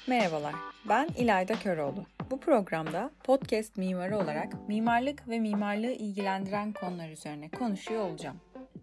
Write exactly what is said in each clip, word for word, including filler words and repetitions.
Merhabalar, ben İlayda Köroğlu. Bu programda podcast mimarı olarak mimarlık ve mimarlığı ilgilendiren konular üzerine konuşuyor olacağım.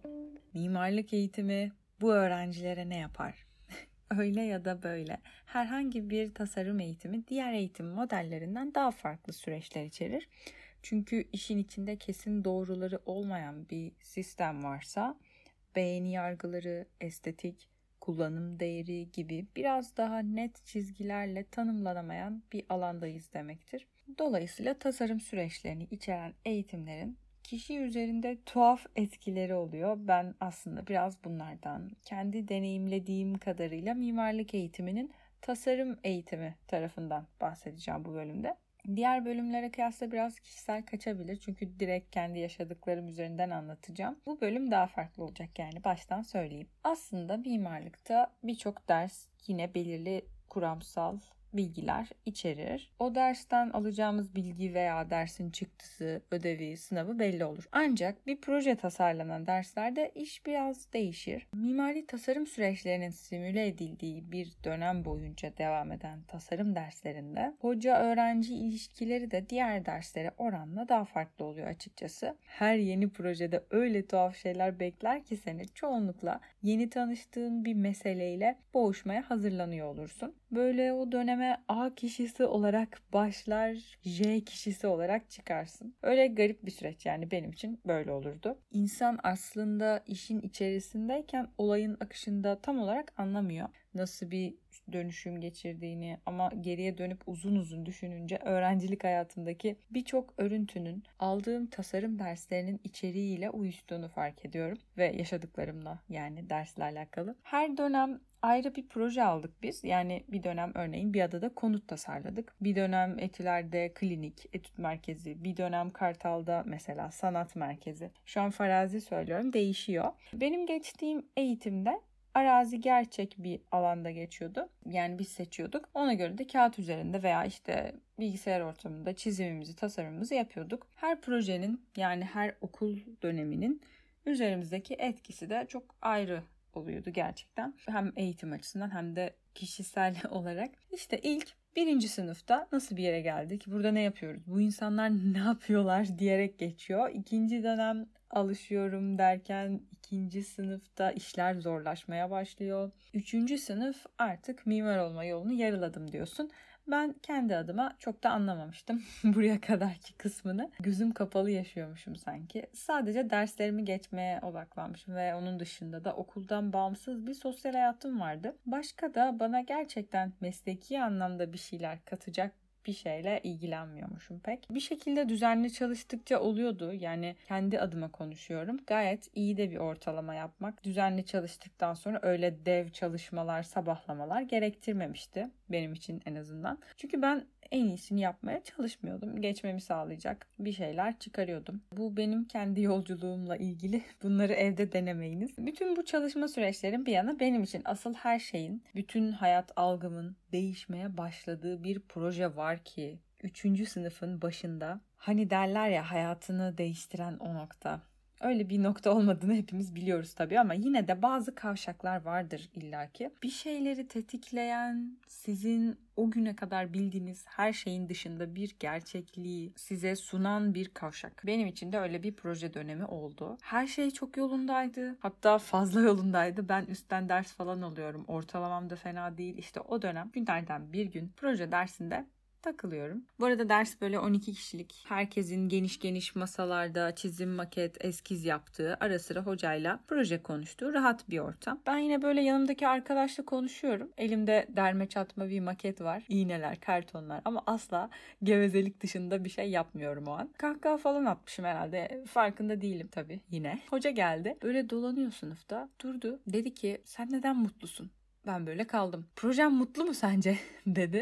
Mimarlık eğitimi bu öğrencilere ne yapar? Öyle ya da böyle herhangi bir tasarım eğitimi diğer eğitim modellerinden daha farklı süreçler içerir. Çünkü işin içinde kesin doğruları olmayan bir sistem varsa beğeni yargıları, estetik, kullanım değeri gibi biraz daha net çizgilerle tanımlanamayan bir alandayız demektir. Dolayısıyla tasarım süreçlerini içeren eğitimlerin kişi üzerinde tuhaf etkileri oluyor. Ben aslında biraz bunlardan, kendi deneyimlediğim kadarıyla mimarlık eğitiminin tasarım eğitimi tarafından bahsedeceğim bu bölümde. Diğer bölümlere kıyasla biraz kişisel kaçabilir çünkü direkt kendi yaşadıklarım üzerinden anlatacağım. Bu bölüm daha farklı olacak, yani baştan söyleyeyim. Aslında mimarlıkta birçok ders yine belirli kuramsal bilgiler içerir. O dersten alacağımız bilgi veya dersin çıktısı, ödevi, sınavı belli olur. Ancak bir proje tasarlanan derslerde iş biraz değişir. Mimari tasarım süreçlerinin simüle edildiği bir dönem boyunca devam eden tasarım derslerinde hoca-öğrenci ilişkileri de diğer derslere oranla daha farklı oluyor açıkçası. Her yeni projede öyle tuhaf şeyler bekler ki seni, çoğunlukla yeni tanıştığın bir meseleyle boğuşmaya hazırlanıyor olursun. Böyle o döneme A kişisi olarak başlar, J kişisi olarak çıkarsın. Öyle garip bir süreç, yani benim için böyle olurdu. İnsan aslında işin içerisindeyken olayın akışında tam olarak anlamıyor nasıl bir dönüşüm geçirdiğini, ama geriye dönüp uzun uzun düşününce öğrencilik hayatımdaki birçok örüntünün aldığım tasarım derslerinin içeriğiyle uyuştuğunu fark ediyorum ve yaşadıklarımla, yani dersle alakalı. Her dönem ayrı bir proje aldık biz. Yani bir dönem örneğin bir adada konut tasarladık. Bir dönem Etiler'de klinik, etüt merkezi. Bir dönem Kartal'da mesela sanat merkezi. Şu an farazi söylüyorum, değişiyor. Benim geçtiğim eğitimde arazi gerçek bir alanda geçiyordu. Yani biz seçiyorduk. Ona göre de kağıt üzerinde veya işte bilgisayar ortamında çizimimizi, tasarımımızı yapıyorduk. Her projenin, yani her okul döneminin üzerimizdeki etkisi de çok ayrı oluyordu gerçekten. Hem eğitim açısından hem de kişisel olarak. İşte ilk birinci sınıfta nasıl bir yere geldik? Burada ne yapıyoruz? Bu insanlar ne yapıyorlar diyerek geçiyor. İkinci dönem alışıyorum derken ikinci sınıfta işler zorlaşmaya başlıyor. Üçüncü sınıf artık mimar olma yolunu yarıladım diyorsun. Ben kendi adıma çok da anlamamıştım buraya kadarki kısmını. Gözüm kapalı yaşıyormuşum sanki. Sadece derslerimi geçmeye odaklanmışım ve onun dışında da okuldan bağımsız bir sosyal hayatım vardı. Başka da bana gerçekten mesleki anlamda bir şeyler katacak bir şeyle ilgilenmiyormuşum pek. Bir şekilde düzenli çalıştıkça oluyordu. Yani kendi adıma konuşuyorum. Gayet iyi de bir ortalama yapmak düzenli çalıştıktan sonra öyle dev çalışmalar, sabahlamalar gerektirmemişti. Benim için en azından. Çünkü ben en iyisini yapmaya çalışmıyordum. Geçmemi sağlayacak bir şeyler çıkarıyordum. Bu benim kendi yolculuğumla ilgili. Bunları evde denemeyiniz. Bütün bu çalışma süreçlerin bir yana benim için asıl her şeyin, bütün hayat algımın değişmeye başladığı bir proje var ki üçüncü sınıfın başında, hani derler ya, hayatını değiştiren o nokta. Öyle bir nokta olmadığını hepimiz biliyoruz tabii, ama yine de bazı kavşaklar vardır illaki. Bir şeyleri tetikleyen, sizin o güne kadar bildiğiniz her şeyin dışında bir gerçekliği size sunan bir kavşak. Benim için de öyle bir proje dönemi oldu. Her şey çok yolundaydı. Hatta fazla yolundaydı. Ben üstten ders falan alıyorum. Ortalamam da fena değil. İşte o dönem günlerden bir gün proje dersinde takılıyorum. Bu arada ders böyle on iki kişilik. Herkesin geniş geniş masalarda çizim, maket, eskiz yaptığı, ara sıra hocayla proje konuştuğu rahat bir ortam. Ben yine böyle yanımdaki arkadaşla konuşuyorum. Elimde derme çatma bir maket var. İğneler, kartonlar, ama asla gevezelik dışında bir şey yapmıyorum o an. Kahkaha falan atmışım herhalde. Farkında değilim tabii yine. Hoca geldi. Böyle dolanıyor sınıfta. Durdu. Dedi ki, sen neden mutlusun? Ben böyle kaldım. Projem mutlu mu sence? dedi.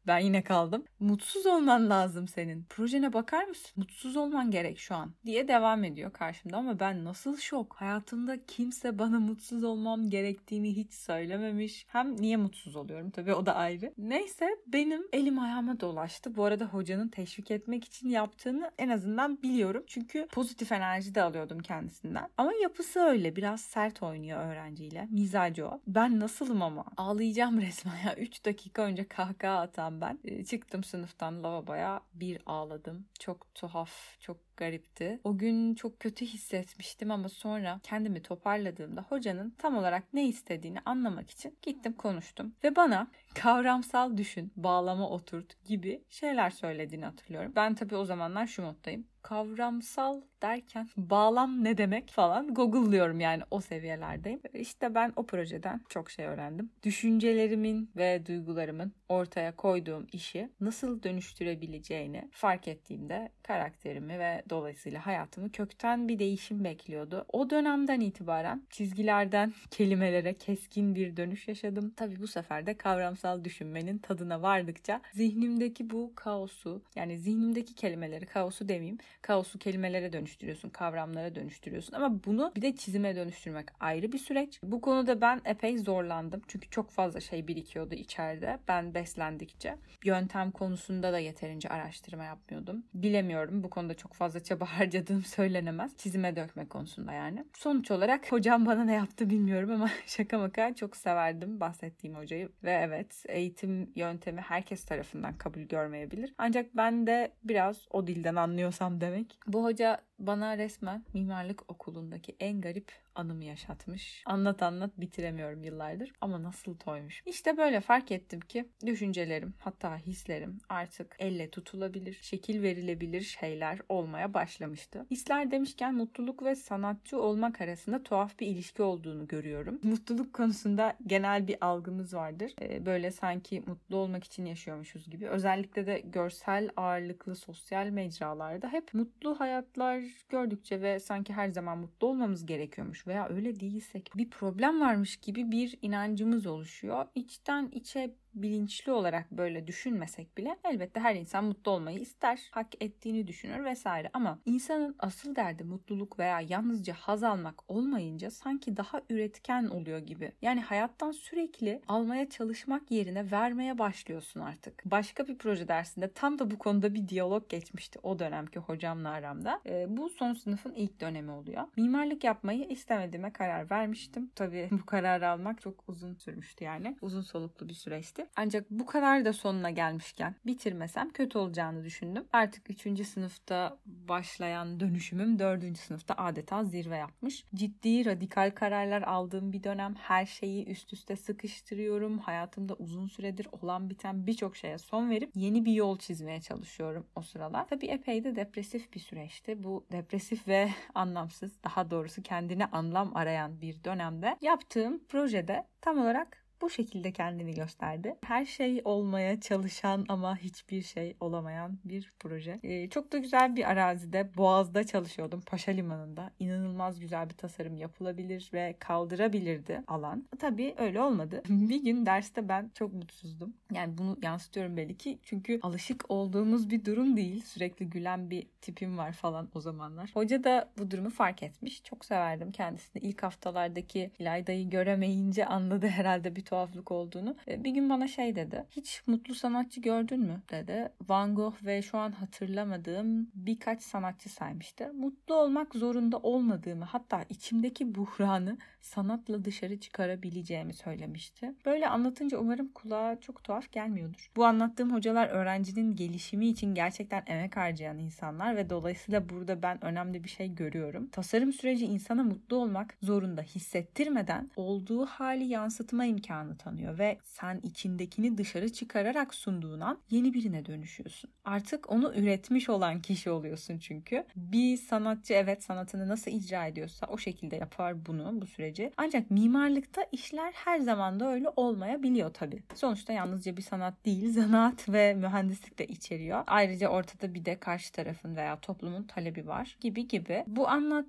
Ben yine kaldım. Mutsuz olman lazım senin. Projene bakar mısın? Mutsuz olman gerek şu an diye devam ediyor karşımda ama ben nasıl şok. Hayatımda kimse bana mutsuz olmam gerektiğini hiç söylememiş. Hem niye mutsuz oluyorum? Tabii o da ayrı. Neyse benim elim ayağıma dolaştı. Bu arada hocanın teşvik etmek için yaptığını en azından biliyorum. Çünkü pozitif enerji de alıyordum kendisinden. Ama yapısı öyle. Biraz sert oynuyor öğrenciyle. Mizacı o. Ben nasılım ama? Ağlayacağım resmen ya. üç dakika önce kahkaha atan ben. E, çıktım sınıftan lavaboya. Bir ağladım. Çok tuhaf, çok garipti. O gün çok kötü hissetmiştim ama sonra kendimi toparladığımda hocanın tam olarak ne istediğini anlamak için gittim konuştum. Ve bana kavramsal düşün, bağlama oturt gibi şeyler söylediğini hatırlıyorum. Ben tabii o zamanlar şu moddayım. Kavramsal derken bağlam ne demek falan Google'lıyorum, yani o seviyelerdeyim. İşte ben o projeden çok şey öğrendim. Düşüncelerimin ve duygularımın ortaya koyduğum işi nasıl dönüştürebileceğini fark ettiğimde karakterimi ve dolayısıyla hayatımı kökten bir değişim bekliyordu. O dönemden itibaren çizgilerden kelimelere keskin bir dönüş yaşadım. Tabii bu sefer de kavramsal düşünmenin tadına vardıkça zihnimdeki bu kaosu, yani zihnimdeki kelimeleri, kaosu demeyeyim, kaosu kelimelere dönüştürüyorsun, kavramlara dönüştürüyorsun ama bunu bir de çizime dönüştürmek ayrı bir süreç. Bu konuda ben epey zorlandım. Çünkü çok fazla şey birikiyordu içeride ben beslendikçe. Yöntem konusunda da yeterince araştırma yapmıyordum. Bilemiyorum. Bu konuda çok fazla çaba harcadığım söylenemez. Çizime dökme konusunda yani. Sonuç olarak hocam bana ne yaptı bilmiyorum ama şaka maka çok severdim bahsettiğim hocayı. Ve evet, eğitim yöntemi herkes tarafından kabul görmeyebilir. Ancak ben de biraz o dilden anlıyorsam demek. Bu hoca bana resmen mimarlık okulundaki en garip anımı yaşatmış. Anlat anlat bitiremiyorum yıllardır ama nasıl toymuş. İşte böyle fark ettim ki düşüncelerim, hatta hislerim artık elle tutulabilir, şekil verilebilir şeyler olmaya başlamıştı. Hisler demişken mutluluk ve sanatçı olmak arasında tuhaf bir ilişki olduğunu görüyorum. Mutluluk konusunda genel bir algımız vardır. Ee, böyle sanki mutlu olmak için yaşıyormuşuz gibi. Özellikle de görsel ağırlıklı sosyal mecralarda hep mutlu hayatlar gördükçe ve sanki her zaman mutlu olmamız gerekiyormuş veya öyle değilsek bir problem varmış gibi bir inancımız oluşuyor. İçten içe bilinçli olarak böyle düşünmesek bile elbette her insan mutlu olmayı ister, hak ettiğini düşünür vesaire ama insanın asıl derdi mutluluk veya yalnızca haz almak olmayınca sanki daha üretken oluyor gibi. Yani hayattan sürekli almaya çalışmak yerine vermeye başlıyorsun artık. Başka bir proje dersinde tam da bu konuda bir diyalog geçmişti o dönemki hocamla aramda. E, bu son sınıfın ilk dönemi oluyor. Mimarlık yapmayı istemediğime karar vermiştim. Tabii bu kararı almak çok uzun sürmüştü yani. Uzun soluklu bir süreçti. Ancak bu kadar da sonuna gelmişken bitirmesem kötü olacağını düşündüm. Artık üçüncü sınıfta başlayan dönüşümüm dördüncü sınıfta adeta zirve yapmış. Ciddi, radikal kararlar aldığım bir dönem. Her şeyi üst üste sıkıştırıyorum. Hayatımda uzun süredir olan biten birçok şeye son verip yeni bir yol çizmeye çalışıyorum o sıralar. Tabii epey de depresif bir süreçti. Bu depresif ve anlamsız, daha doğrusu kendine anlam arayan bir dönemde yaptığım projede tam olarak bu şekilde kendini gösterdi. Her şey olmaya çalışan ama hiçbir şey olamayan bir proje. Ee, çok da güzel bir arazide, Boğaz'da çalışıyordum. Paşa Limanı'nda. İnanılmaz güzel bir tasarım yapılabilir ve kaldırabilirdi alan. Tabii öyle olmadı. Bir gün derste ben çok mutsuzdum. Yani bunu yansıtıyorum belli ki. Çünkü alışık olduğumuz bir durum değil. Sürekli gülen bir tipim var falan o zamanlar. Hoca da bu durumu fark etmiş. Çok severdim kendisini. İlk haftalardaki İlayda'yı göremeyince anladı herhalde bir tuhaflık olduğunu. Bir gün bana şey dedi. Hiç mutlu sanatçı gördün mü? Dedi. Van Gogh ve şu an hatırlamadığım birkaç sanatçı saymıştı. Mutlu olmak zorunda olmadığımı, hatta içimdeki buhranı sanatla dışarı çıkarabileceğimi söylemişti. Böyle anlatınca umarım kulağa çok tuhaf gelmiyordur. Bu anlattığım hocalar öğrencinin gelişimi için gerçekten emek harcayan insanlar ve dolayısıyla burada ben önemli bir şey görüyorum. Tasarım süreci insana mutlu olmak zorunda hissettirmeden olduğu hali yansıtma imkanı tanıyor ve sen içindekini dışarı çıkararak sunduğun an yeni birine dönüşüyorsun. Artık onu üretmiş olan kişi oluyorsun çünkü. Bir sanatçı evet sanatını nasıl icra ediyorsa o şekilde yapar bunu, bu süreci. Ancak mimarlıkta işler her zaman da öyle olmayabiliyor tabii. Sonuçta yalnızca bir sanat değil, zanaat ve mühendislik de içeriyor. Ayrıca ortada bir de karşı tarafın veya toplumun talebi var gibi gibi. Bu anlattığım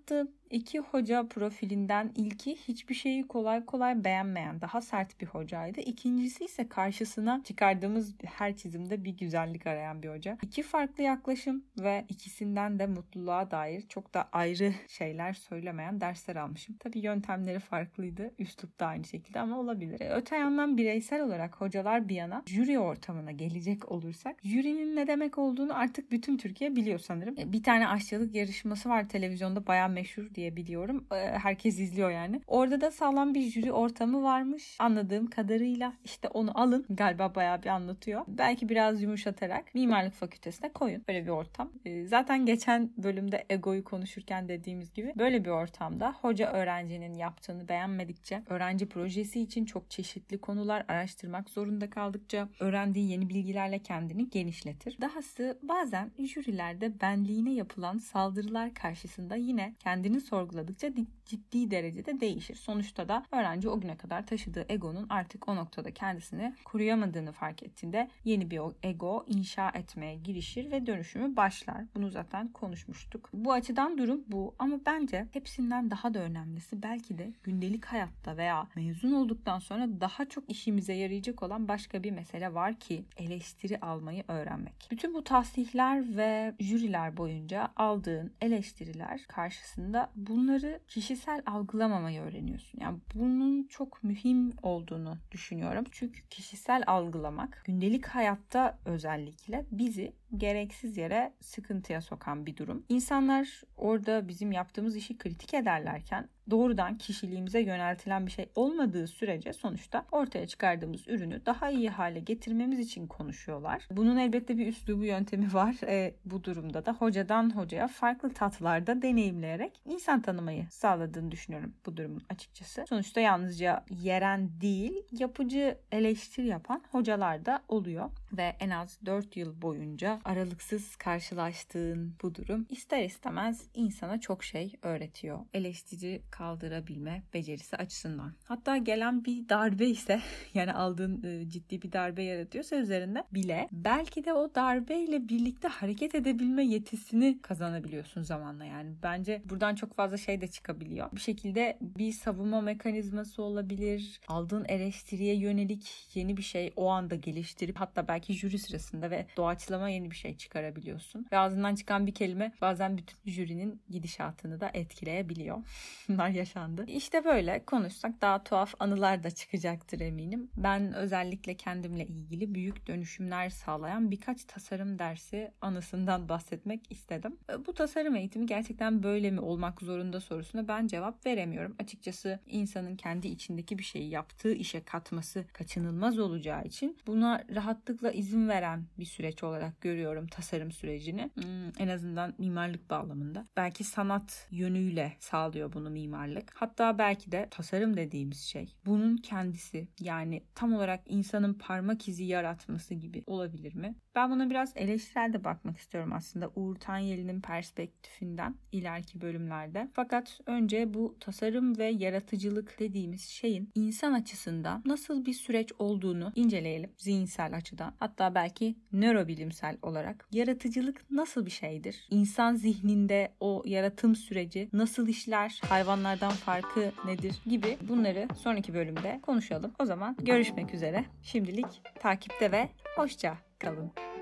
İki hoca profilinden ilki hiçbir şeyi kolay kolay beğenmeyen, daha sert bir hocaydı. İkincisi ise karşısına çıkardığımız her çizimde bir güzellik arayan bir hoca. İki farklı yaklaşım ve ikisinden de mutluluğa dair çok da ayrı şeyler söylemeyen dersler almışım. Tabii yöntemleri farklıydı. Üslup da aynı şekilde ama olabilir. Öte yandan bireysel olarak hocalar bir yana, jüri ortamına gelecek olursak, jürinin ne demek olduğunu artık bütün Türkiye biliyor sanırım. Bir tane aşçılık yarışması var televizyonda, bayağı meşhur diye biliyorum. Herkes izliyor yani. Orada da sağlam bir jüri ortamı varmış. Anladığım kadarıyla işte onu alın. Galiba bayağı bir anlatıyor. Belki biraz yumuşatarak mimarlık fakültesine koyun. Böyle bir ortam. Zaten geçen bölümde egoyu konuşurken dediğimiz gibi böyle bir ortamda hoca öğrencinin yaptığını beğenmedikçe, öğrenci projesi için çok çeşitli konular araştırmak zorunda kaldıkça öğrendiği yeni bilgilerle kendini genişletir. Dahası bazen jürilerde benliğine yapılan saldırılar karşısında yine kendini sorguladıkça ciddi derecede değişir. Sonuçta da öğrenci o güne kadar taşıdığı egonun artık o noktada kendisini koruyamadığını fark ettiğinde yeni bir ego inşa etmeye girişir ve dönüşümü başlar. Bunu zaten konuşmuştuk. Bu açıdan durum bu ama bence hepsinden daha da önemlisi belki de gündelik hayatta veya mezun olduktan sonra daha çok işimize yarayacak olan başka bir mesele var ki eleştiri almayı öğrenmek. Bütün bu tasnifler ve jüriler boyunca aldığın eleştiriler karşısında bunları kişisel algılamamayı öğreniyorsun. Yani bunun çok mühim olduğunu düşünüyorum. Çünkü kişisel algılamak gündelik hayatta özellikle bizi gereksiz yere sıkıntıya sokan bir durum. İnsanlar orada bizim yaptığımız işi kritik ederlerken doğrudan kişiliğimize yöneltilen bir şey olmadığı sürece sonuçta ortaya çıkardığımız ürünü daha iyi hale getirmemiz için konuşuyorlar. Bunun elbette bir üslubu, yöntemi var. E, bu durumda da hocadan hocaya farklı tatlarda deneyimleyerek insan tanımayı sağladığını düşünüyorum bu durumun açıkçası. Sonuçta yalnızca yeren değil, yapıcı eleştiri yapan hocalar da oluyor ve en az dört yıl boyunca aralıksız karşılaştığın bu durum ister istemez insana çok şey öğretiyor. Eleştiri kaldırabilme becerisi açısından. Hatta gelen bir darbe ise yani aldığın e, ciddi bir darbe yaratıyorsa üzerinde bile belki de o darbeyle birlikte hareket edebilme yetisini kazanabiliyorsun zamanla yani. Bence buradan çok fazla şey de çıkabiliyor. Bir şekilde bir savunma mekanizması olabilir. Aldığın eleştiriye yönelik yeni bir şey o anda geliştirip hatta belki jüri sırasında ve doğaçlama yeni bir şey çıkarabiliyorsun. Ve ağzından çıkan bir kelime bazen bütün jürinin gidişatını da etkileyebiliyor. Bunlar yaşandı. İşte böyle konuşsak daha tuhaf anılar da çıkacaktır eminim. Ben özellikle kendimle ilgili büyük dönüşümler sağlayan birkaç tasarım dersi anısından bahsetmek istedim. Bu tasarım eğitimi gerçekten böyle mi olmak zorunda sorusuna ben cevap veremiyorum. Açıkçası insanın kendi içindeki bir şeyi yaptığı işe katması kaçınılmaz olacağı için buna rahatlıkla izin veren bir süreç olarak görüyorum tasarım sürecini. Hmm, en azından mimarlık bağlamında. Belki sanat yönüyle sağlıyor bunu mimarlık. Hatta belki de tasarım dediğimiz şey bunun kendisi, yani tam olarak insanın parmak izi yaratması gibi olabilir mi? Ben buna biraz eleştirel de bakmak istiyorum aslında Uğur Tanyeli'nin perspektifinden ileriki bölümlerde. Fakat önce bu tasarım ve yaratıcılık dediğimiz şeyin insan açısından nasıl bir süreç olduğunu inceleyelim zihinsel açıdan. Hatta belki nörobilimsel olarak yaratıcılık nasıl bir şeydir? İnsan zihninde o yaratım süreci nasıl işler? Hayvanlardan farkı nedir? Gibi bunları sonraki bölümde konuşalım. O zaman görüşmek üzere. Şimdilik takipte ve hoşça kalın.